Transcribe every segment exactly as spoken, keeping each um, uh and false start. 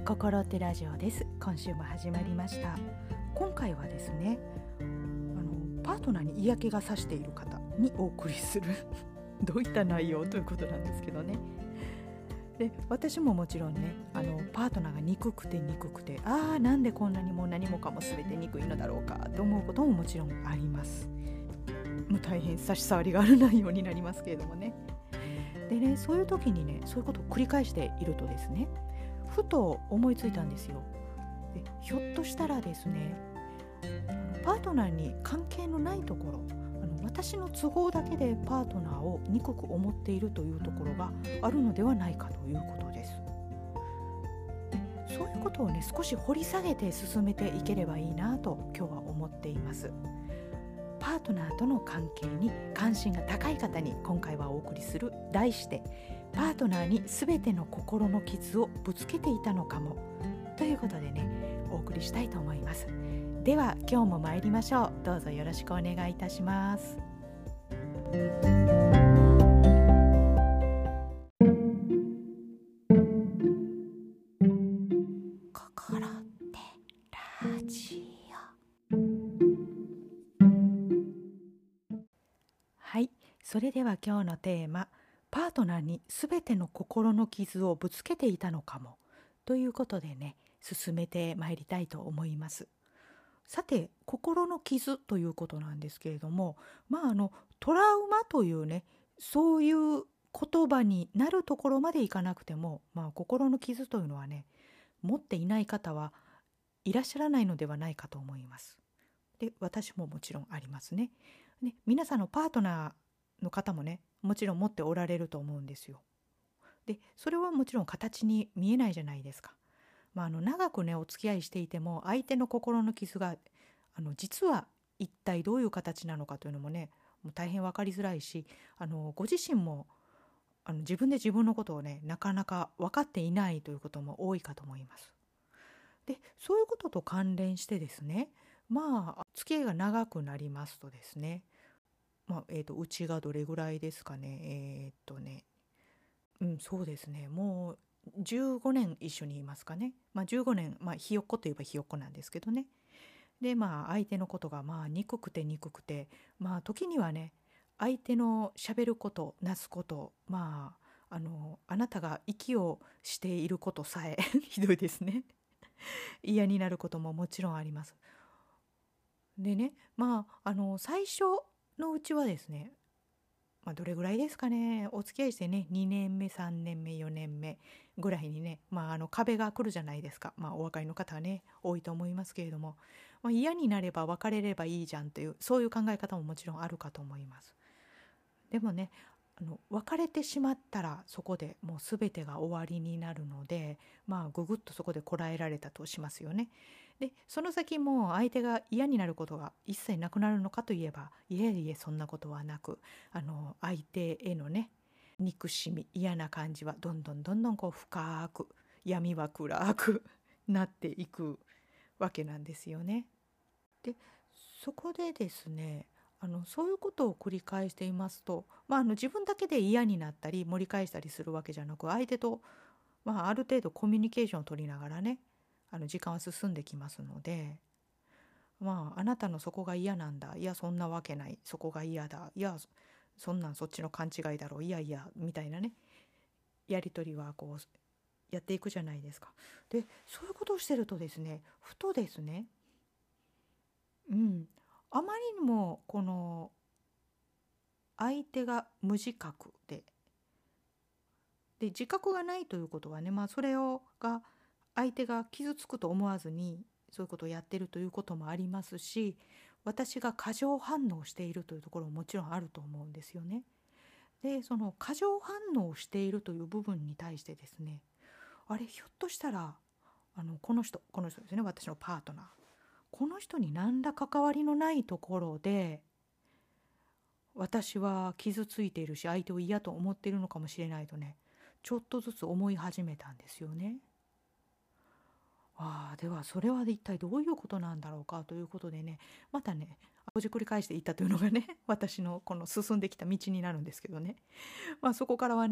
心ってラジオです。今週も始まりました。今回はですね、あのパートナーに嫌気がさしている方にお送りするどういった内容ということなんですけどね。で、私ももちろんね、あのパートナーが憎くて憎くて、ああなんでこんなにも何もかも全て憎いのだろうかと思うことももちろんあります。もう大変差し障りがある内容になりますけれどもね。でね、そういう時にね、そういうことを繰り返しているとですね、ふと思いついたんですよ。で、ひょっとしたらですね、パートナーに関係のないところ、あの私の都合だけでパートナーを憎く思っているというところがあるのではないかということです。で、そういうことをね、少し掘り下げて進めていければいいなと今日は思っています。パートナーとの関係に関心が高い方に今回はお送りする、題してパートナーにすべての心の傷をぶつけていたのかもということでね、お送りしたいと思います。では今日も参りましょう。どうぞよろしくお願いいたします。心ってラジオ。はい、それでは今日のテーマ、パートナーにすべての心の傷をぶつけていたのかもということでね、進めてまいりたいと思います。さて、心の傷ということなんですけれども、まああのトラウマというね、そういう言葉になるところまでいかなくても、まあ心の傷というのはね、持っていない方はいらっしゃらないのではないかと思います。で、私ももちろんありますね。ね、皆さんのパートナーの方もね、もちろん持っておられると思うんですよ。で、それはもちろん形に見えないじゃないですか。まあ、あの長くねお付き合いしていても、相手の心の傷があの実は一体どういう形なのかというのもね、もう大変分かりづらいし、あのご自身もあの自分で自分のことをね、なかなか分かっていないということも多いかと思います。で、そういうことと関連してですね、まあ付き合いが長くなりますとですね、まあえーとうちがどれぐらいですかね、えーっとねうん、そうですね。もうじゅうごねん一緒にいますかね。まあじゅうごねん、まあひよっこといえばひよっこなんですけどね。で、まあ相手のことがまあ憎くて憎くて、まあ時にはね、相手のしゃべること、なすこと、まあ、あの、あなたが息をしていることさえひどいですね。嫌になることももちろんあります。でね、まあ、あの、最初のうちはですね、まあ、どれぐらいですかね、お付き合いしてね、にねんめさんねんめよねんめぐらいにね、まあ、あの壁が来るじゃないですか。まあ、お若いの方はね多いと思いますけれども、まあ、嫌になれば別れればいいじゃんという、そういう考え方ももちろんあるかと思います。でもね、あの別れてしまったらそこでもう全てが終わりになるので、まあぐぐっとそこでこらえられたとしますよね。で、その先も相手が嫌になることが一切なくなるのかといえば、いえいえそんなことはなく、あの相手へのね、憎しみ、嫌な感じはどんどんどんどんこう深く、闇は暗くなっていくわけなんですよね。で、そこでですね、あのそういうことを繰り返していますと、まあ、あの自分だけで嫌になったり盛り返したりするわけじゃなく、相手と、まあ、ある程度コミュニケーションを取りながらね、あの時間は進んできますので、まあ、あなたのそこが嫌なんだ、いやそんなわけない、そこが嫌だ、いやそんなんそっちの勘違いだろう、いやいやみたいなね、やり取りはこうやっていくじゃないですか。で、そういうことをしてるとですね、ふとですね、うん、あまりにもこの相手が無自覚で、で自覚がないということはね、まあそれをが相手が傷つくと思わずにそういうことをやってるということもありますし、私が過剰反応しているというところももちろんあると思うんですよね。で、その過剰反応をしているという部分に対してですね、あれひょっとしたらあのこの人この人ですね、私のパートナー、この人に何ら関わりのないところで私は傷ついているし相手を嫌と思っているのかもしれないとね、ちょっとずつ思い始めたんですよね。ああ、ではそれは一体どういうことなんだろうかということでね、またねほじくり返していったというのがね私のこの進んできた道になるんですけどね、まあそこからはね、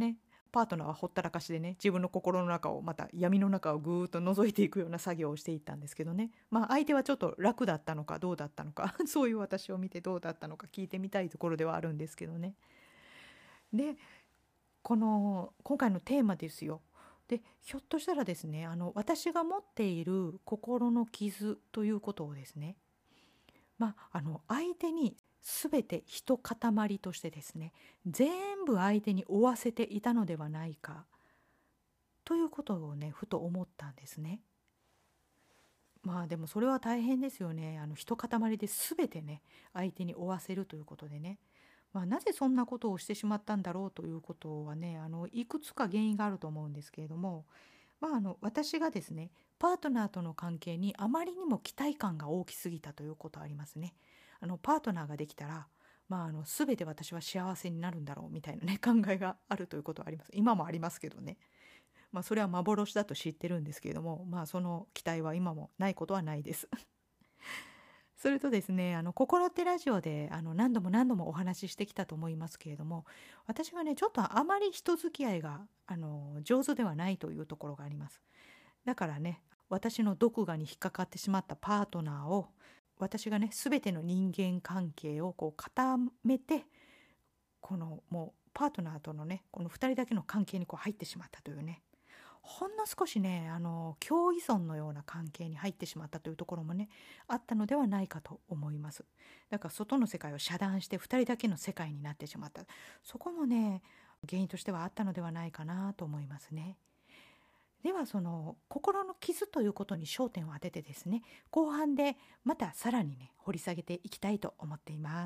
パートナーはほったらかしでね、自分の心の中をまた闇の中をぐーっと覗いていくような作業をしていったんですけどね。まあ相手はちょっと楽だったのかどうだったのかそういう私を見てどうだったのか聞いてみたいところではあるんですけどね。でこの今回のテーマですよ。でひょっとしたらですね、あの私が持っている心の傷ということをですね、まあ、あの相手に全て一塊としてですね、全部相手に負わせていたのではないかということをね、ふと思ったんですね。まあでもそれは大変ですよね。あの一塊で全てね、相手に負わせるということでね。まあ、なぜそんなことをしてしまったんだろうということはね、あのいくつか原因があると思うんですけれども、まあ、あの私がですね、パートナーとの関係にあまりにも期待感が大きすぎたということはありますね。あのパートナーができたら、まあ、あの全て私は幸せになるんだろうみたいなね、考えがあるということはあります。今もありますけどね。まあ、それは幻だと知ってるんですけれども、まあ、その期待は今もないことはないです。それとですね、あの心ってラジオであの何度も何度もお話ししてきたと思いますけれども、私がねちょっとあまり人付き合いがあの上手ではないというところがあります。だからね、私の毒牙に引っかかってしまったパートナーを、私がね全ての人間関係をこう固めて、このもうパートナーとのねこのふたりだけの関係にこう入ってしまったというね、ほんの少しね、あの共依存のような関係に入ってしまったというところもねあったのではないかと思います。だから外の世界を遮断してふたりだけの世界になってしまった、そこもね原因としてはあったのではないかなと思いますね。ではその心の傷ということに焦点を当ててですね、後半でまたさらにね掘り下げていきたいと思っています。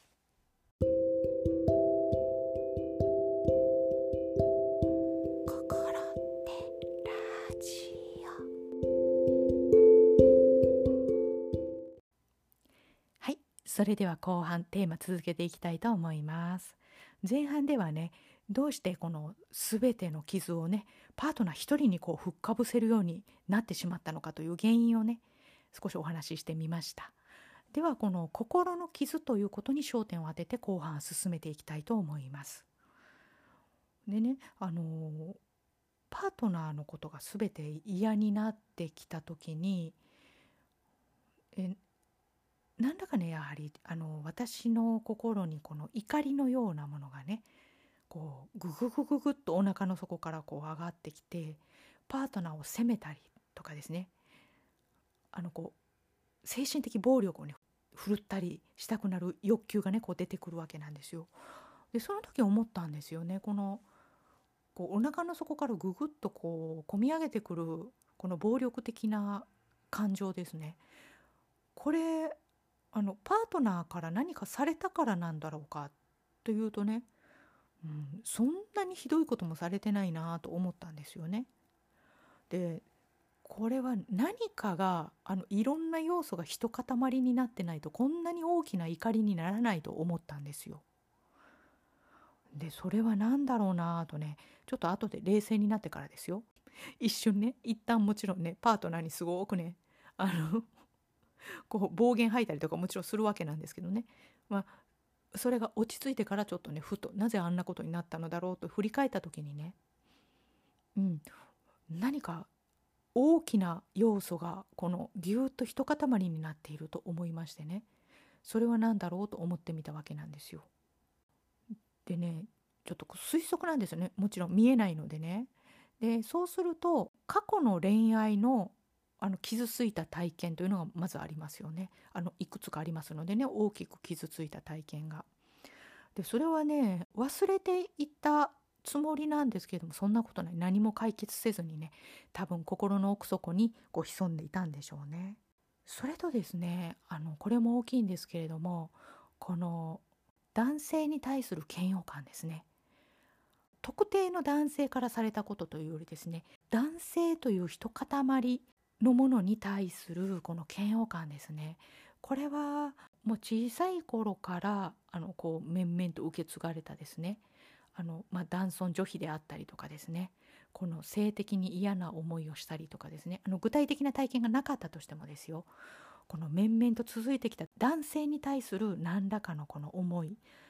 心ってラジオ。はい、それでは後半テーマ続けていきたいと思います。前半ではね、どうしてこの全ての傷をねパートナー一人にこう吹っかぶせるようになってしまったのかという原因をね少しお話ししてみました。ではこの心の傷ということに焦点を当てて後半進めていきたいと思います。でね、あのーパートナーのことが全て嫌になってきた時に、えなんだかねやはりあの私の心にこの怒りのようなものがねこうグググググッとお腹の底からこう上がってきて、パートナーを責めたりとかですね、あのこう精神的暴力をね振るったりしたくなる欲求がねこう出てくるわけなんですよ。でその時思ったんですよね。このこうお腹の底からググッとこう込み上げてくるこの暴力的な感情ですね。これあのパートナーから何かされたからなんだろうかというとね、うん、そんなにひどいこともされてないなと思ったんですよね。でこれは何かがあのいろんな要素が一塊になってないとこんなに大きな怒りにならないと思ったんですよ。でそれは何だろうなとね、ちょっと後で冷静になってからですよ。一瞬ね、一旦もちろんねパートナーにすごくねあのこう暴言吐いたりとかもちろんするわけなんですけどね、まあそれが落ち着いてからちょっとねふとなぜあんなことになったのだろうと振り返った時にね、うん、何か大きな要素がこのぎゅーっと一塊になっていると思いましてね、それは何だろうと思ってみたわけなんですよ。でね、ちょっと推測なんですよね、もちろん見えないのでね。でそうすると過去の恋愛のあの傷ついた体験というのがまずありますよね。あのいくつかありますのでね、大きく傷ついた体験が。でそれはね忘れていたつもりなんですけれども、そんなことない、何も解決せずにね多分心の奥底にこう潜んでいたんでしょうね。それとですね、あのこれも大きいんですけれども、この男性に対する嫌悪感ですね。特定の男性からされたことというよりですね、男性という一塊のものに対するこの嫌悪感ですね。これはもう小さい頃からあのこう面々と受け継がれたですね、あの、まあ、男尊女卑であったりとかですね、この性的に嫌な思いをしたりとかですね、あの具体的な体験がなかったとしてもですよ、この面々と続いてきた男性に対する何らかのこの思い、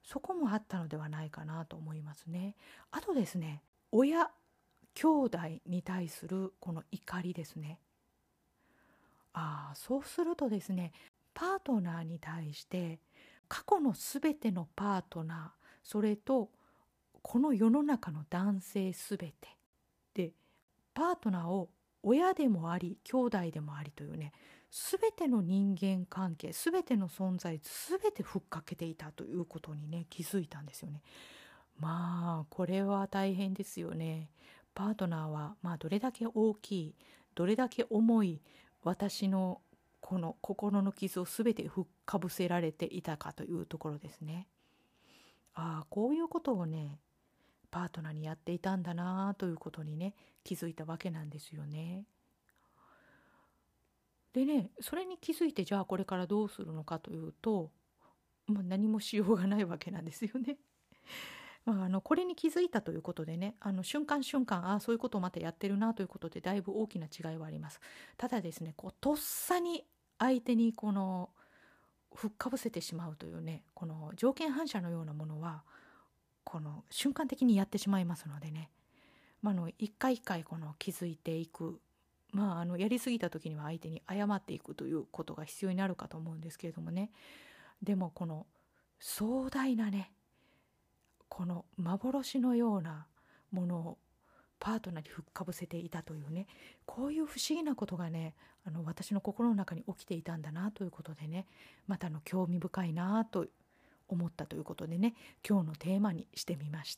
そこもあったのではないかなと思いますね。あとですね、親兄弟に対するこの怒りですね。ああ、そうするとですね、パートナーに対して過去のすべてのパートナー、それとこの世の中の男性すべてで、パートナーを親でもあり兄弟でもありというね、すべての人間関係、すべての存在、すべてふっかけていたということにね、気づいたんですよね。まあこれは大変ですよね。パートナーはまあどれだけ大きい、どれだけ重い私のこの心の傷をすべてふっかぶせられていたかというところですね。ああ、こういうことをね、パートナーにやっていたんだなということにね、気づいたわけなんですよね。でね、それに気づいて、じゃあこれからどうするのかというと、まあ、何もしようがないわけなんですよね。まあ、あのこれに気づいたということでね、あの瞬間瞬間、ああそういうことをまたやってるなということで、だいぶ大きな違いはあります。ただですね、こうとっさに相手にこのふっかぶせてしまうというね、この条件反射のようなものはこの瞬間的にやってしまいますのでね、まあ、あの一回一回この気づいていく、まあ、あのやりすぎた時には相手に謝っていくということが必要になるかと思うんですけれどもね。でもこの壮大なね、この幻のようなものをパートナーにふっかぶせていたというね、こういう不思議なことがね、あの私の心の中に起きていたんだなということでね、またの興味深いなと思ったということでね、今日のテーマにしてみました。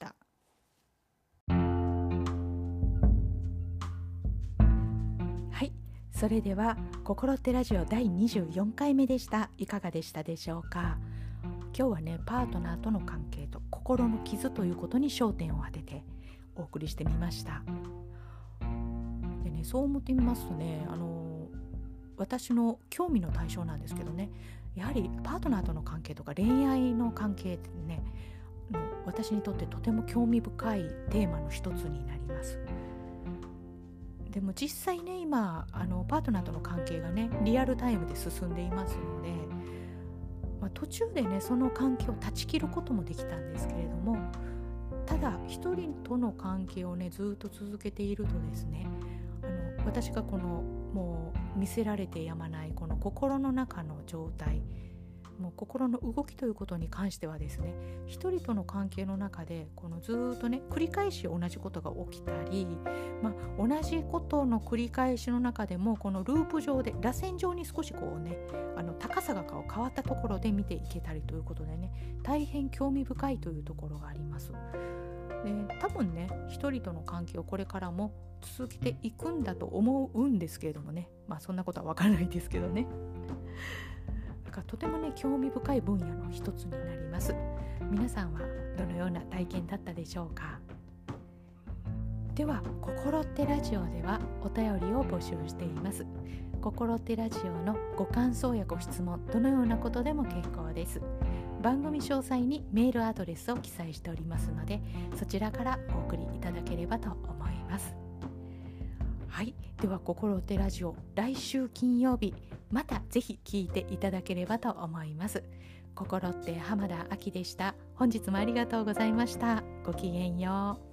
はい、それでは心ってラジオだいにじゅうよんかいめでした。いかがでしたでしょうか。今日はね、パートナーとの関係と心の傷ということに焦点を当ててお送りしてみました。でね、そう思ってみますとね、あの私の興味の対象なんですけどね、やはりパートナーとの関係とか恋愛の関係ってね、あの私にとってとても興味深いテーマの一つになります。でも実際ね、今あのパートナーとの関係がねリアルタイムで進んでいますので、まあ、途中でねその関係を断ち切ることもできたんですけれども、ただ一人との関係をねずっと続けているとですね、あの私がこのもう見せられてやまないこの心の中の状態、もう心の動きということに関してはですね、一人との関係の中でこのずっとね繰り返し同じことが起きたり、まあ、同じことの繰り返しの中でもこのループ上で螺旋状に少しこうね、あの高さが変わったところで見ていけたりということでね、大変興味深いというところがあります。で、多分ね一人との関係をこれからも続けていくんだと思うんですけれどもね、まあそんなことは分からないですけどね。だからとてもね興味深い分野の一つになります。皆さんはどのような体験だったでしょうか。では心ってラジオではお便りを募集しています。心ってラジオのご感想やご質問、どのようなことでも結構です。番組詳細にメールアドレスを記載しておりますので、そちらからお送りいただければと思います。はい、では心ってラジオ、来週金曜日またぜひ聞いていただければと思います。心って浜田亜希でした。本日もありがとうございました。ごきげんよう。